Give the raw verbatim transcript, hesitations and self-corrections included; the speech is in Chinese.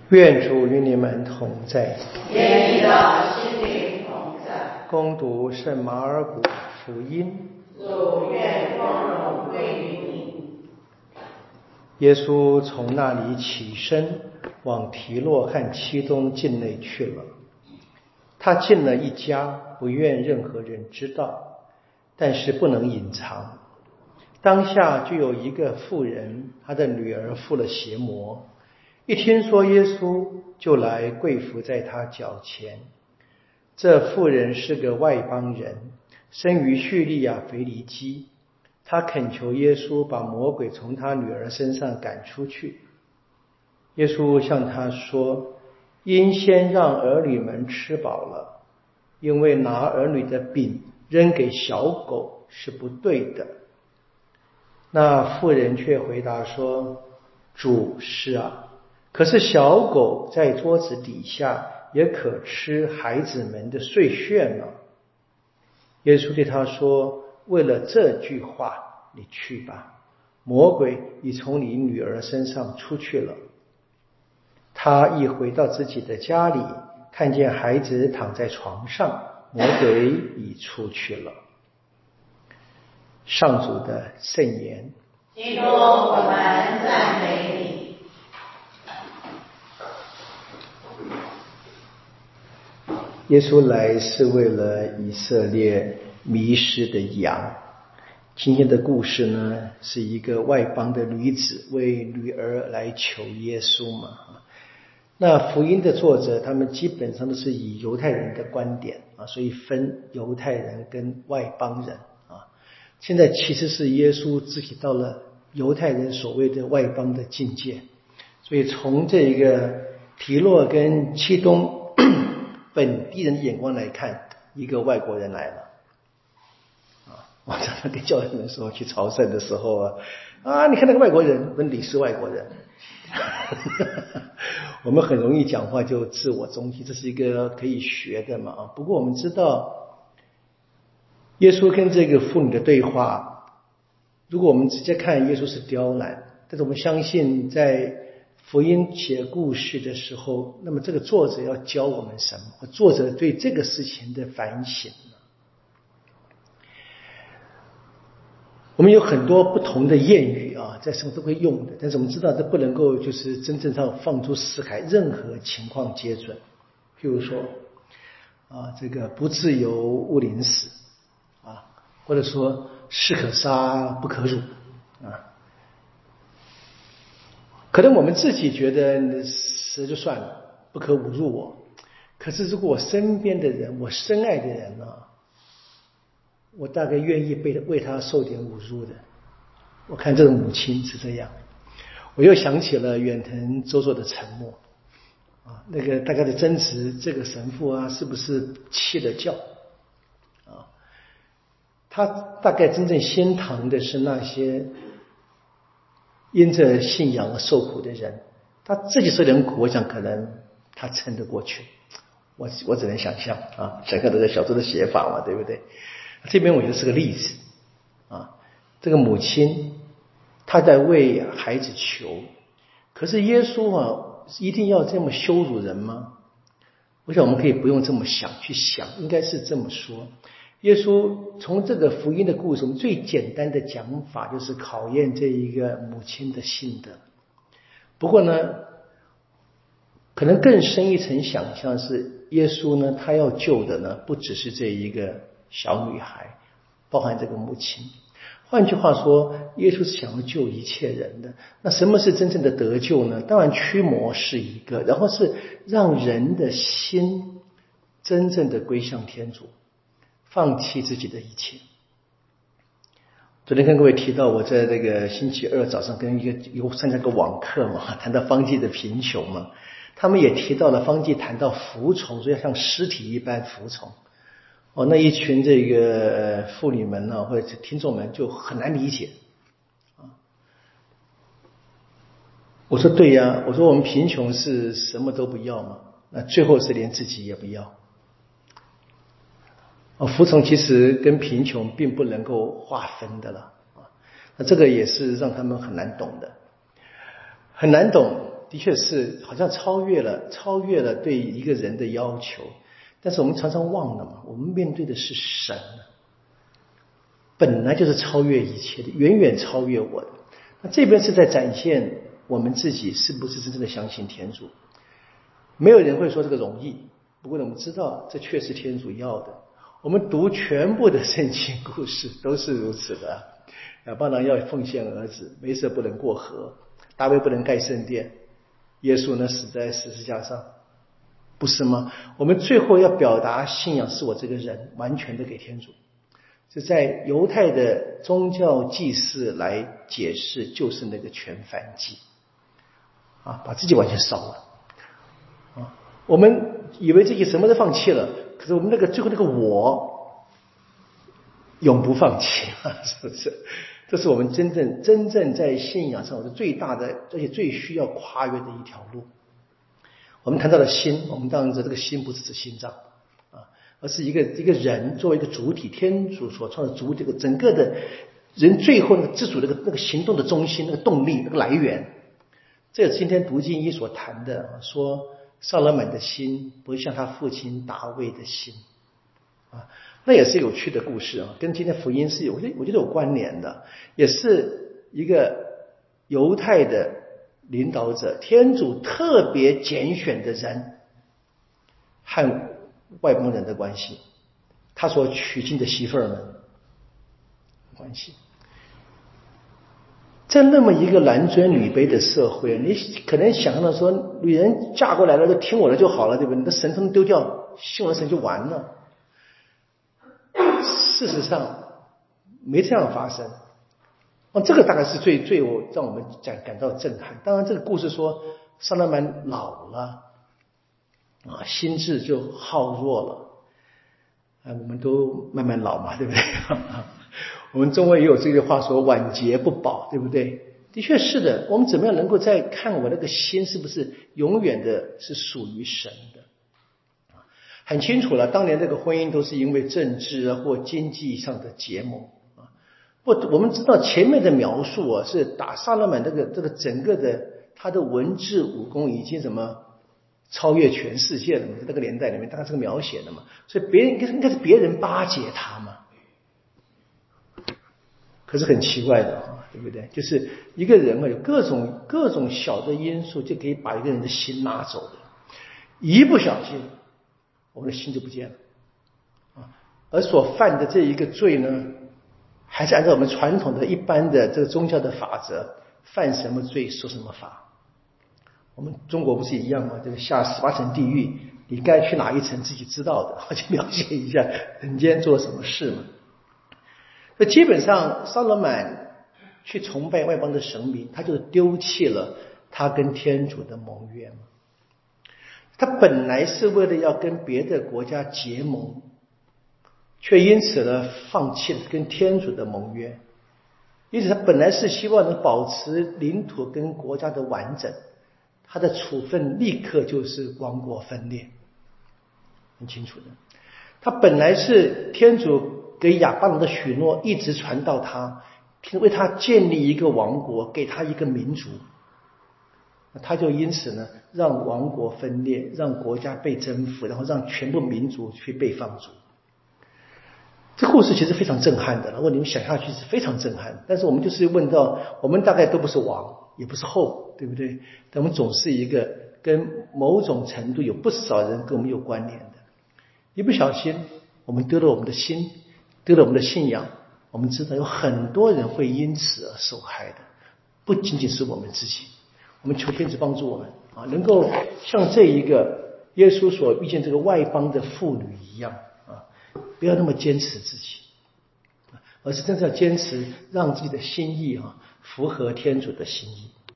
愿主与你们同在， 愿你的心灵同在。 恭读圣马尔谷福音。 主愿光荣归于你。 耶稣从那里起身，往提洛和漆冬境内去了。他进了一家，不愿任何人知道，但是不能隐藏。当下就有一个妇人，她的女儿附了邪魔，一听说耶稣，就来跪伏在他脚前。这妇人是个外邦人，生于叙利亚腓尼基。他恳求耶稣把魔鬼从他女儿身上赶出去。耶稣向他说，应先让儿女们吃饱了，因为拿儿女的饼扔给小狗是不对的。那妇人却回答说，主是啊，可是小狗在桌子底下也可吃孩子们的碎屑呢。耶稣对他说，为了这句话，你去吧，魔鬼已从你女儿身上出去了。他一回到自己的家里，看见孩子躺在床上，魔鬼已出去了。上主的圣言。 基督，我们赞美你。 耶稣来是为了以色列迷失的羊。今天的故事呢，是一个外邦的女子为女儿来求耶稣嘛。那福音的作者他们基本上都是以犹太人的观点啊，所以分犹太人跟外邦人啊。现在其实是耶稣自己到了犹太人所谓的外邦的境界，所以从这个提洛跟漆冬本地人的眼光来看，一个外国人来了啊！我常常跟教友们说，去朝圣的时候啊，啊，你看那个外国人，问你是外国人。我们很容易讲话就自我中心，这是一个可以学的嘛啊。不过我们知道，耶稣跟这个妇女的对话，如果我们直接看耶稣是刁难，但是我们相信在福音写故事的时候，那么这个作者要教我们什么？作者对这个事情的反省。我们有很多不同的谚语啊，在生活都会用的，但是我们知道这不能够就是真正上放诸四海，任何情况皆准。譬如说啊，这个不自由勿临死啊，或者说士可杀不可辱啊。可能我们自己觉得死就算了，不可侮辱我。可是如果我身边的人，我深爱的人呢、啊，我大概愿意被为他受点侮辱的。我看这个母亲是这样，我又想起了远藤周作的沉默啊，那个大概的争执，这个神父啊是不是弃了教啊？他大概真正心疼的是那些因着信仰而受苦的人，他自己受点苦，我想可能他撑得过去。我我只能想象啊，想象这个小说的写法嘛，对不对？这边我觉得是个例子啊，这个母亲她在为孩子求，可是耶稣啊，一定要这么羞辱人吗？我想我们可以不用这么想去想，应该是这么说。耶稣从这个福音的故事，我们最简单的讲法就是考验这一个母亲的信德。不过呢，可能更深一层想象是耶稣呢，他要救的呢，不只是这一个小女孩，包含这个母亲。换句话说，耶稣是想要救一切人的。那什么是真正的得救呢？当然驱魔是一个，然后是让人的心真正的归向天主，放弃自己的一切。昨天跟各位提到，我在这个星期二早上跟一个有参加个网课嘛，谈到方济的贫穷嘛，他们也提到了方济谈到服从，所以要像尸体一般服从。哦，那一群这个妇女们呢，或者听众们就很难理解啊。我说对呀，我说我们贫穷是什么都不要嘛，那最后是连自己也不要。哦，服从其实跟贫穷并不能够划分的了啊。那这个也是让他们很难懂的，很难懂。 的确是好像超越了超越了对一个人的要求，但是我们常常忘了嘛，我们面对的是神，本来就是超越一切的，远远超越我的。那这边是在展现我们自己是不是真正的相信天主。没有人会说这个容易，不过呢，我们知道这确是天主要的。我们读全部的圣经故事都是如此的。亚巴郎要奉献儿子，梅瑟不能过河，大卫不能盖圣殿，耶稣呢死在十字架上，不是吗？我们最后要表达信仰是我这个人完全的给天主，是在犹太的宗教祭祀来解释，就是那个全燔祭啊，把自己完全烧了啊。我们以为自己什么都放弃了，可是我们那个最后那个我永不放弃啊，是不是？这是我们真正真正在信仰上的最大的，而且最需要跨越的一条路。我们谈到了心，我们当然知道这个心不是指心脏啊，而是一个一个人作为一个主体，天主所创的主体，这个整个的人最后那个自主那个那个行动的中心，那个动力，那个来源。这也是今天读经一所谈的，说撒勒满的心不是像他父亲大卫的心啊。那也是有趣的故事啊，跟今天福音是有我觉得我觉得有关联的，也是一个犹太的领导者，天主特别拣选的人和外邦人的关系，他所娶进的媳妇儿们关系。在那么一个男尊女卑的社会，你可能想象到说，女人嫁过来了就听我的就好了，对不对？你的神通丢掉，信我的神就完了。事实上没这样发生，哦，这个大概是最最让我们感感到震撼。当然，这个故事说撒勒满老了啊，心智就耗弱了啊，我们都慢慢老嘛，对不对？我们中文也有这句话说晚节不保，对不对？的确是的，我们怎么样能够再看我那个心是不是永远的是属于神的？很清楚了，当年这个婚姻都是因为政治啊或经济上的结盟啊。不，我们知道前面的描述啊，是打撒勒满这个这个整个的他的文治武功已经什么超越全世界了嘛，在那个年代里面，大概是个描写的嘛，所以别人应该应该是别人巴结他嘛。可是很奇怪的啊，对不对？就是一个人啊，有各种各种小的因素就可以把一个人的心拿走的，一不小心我们的心就不见了啊！而所犯的这一个罪呢，还是按照我们传统的一般的这个宗教的法则，犯什么罪受什么罚。我们中国不是一样吗？这个下十八层地狱，你该去哪一层自己知道的，我就描写一下人间做什么事嘛。那基本上撒勒满去崇拜外邦的神明，他就丢弃了他跟天主的盟约嘛。他本来是为了要跟别的国家结盟，却因此呢放弃了跟天主的盟约。因此他本来是希望能保持领土跟国家的完整，他的处分立刻就是王国分裂，很清楚的。他本来是天主给亚巴郎的许诺一直传到他，为他建立一个王国，给他一个民族，他就因此呢让王国分裂，让国家被征服，然后让全部民族去被放逐。这故事其实非常震撼的，如果你们想下去是非常震撼。但是我们就是问到，我们大概都不是王，也不是后，对不对？但我们总是一个跟某种程度有不少人跟我们有关联的。一不小心我们丢了我们的心，丢了我们的信仰，我们知道有很多人会因此而受害的，不仅仅是我们自己。我们求天主帮助我们啊，能够像这一个耶稣所遇见这个外邦的妇女一样啊，不要那么坚持自己，而是真正要坚持让自己的心意啊符合天主的心意。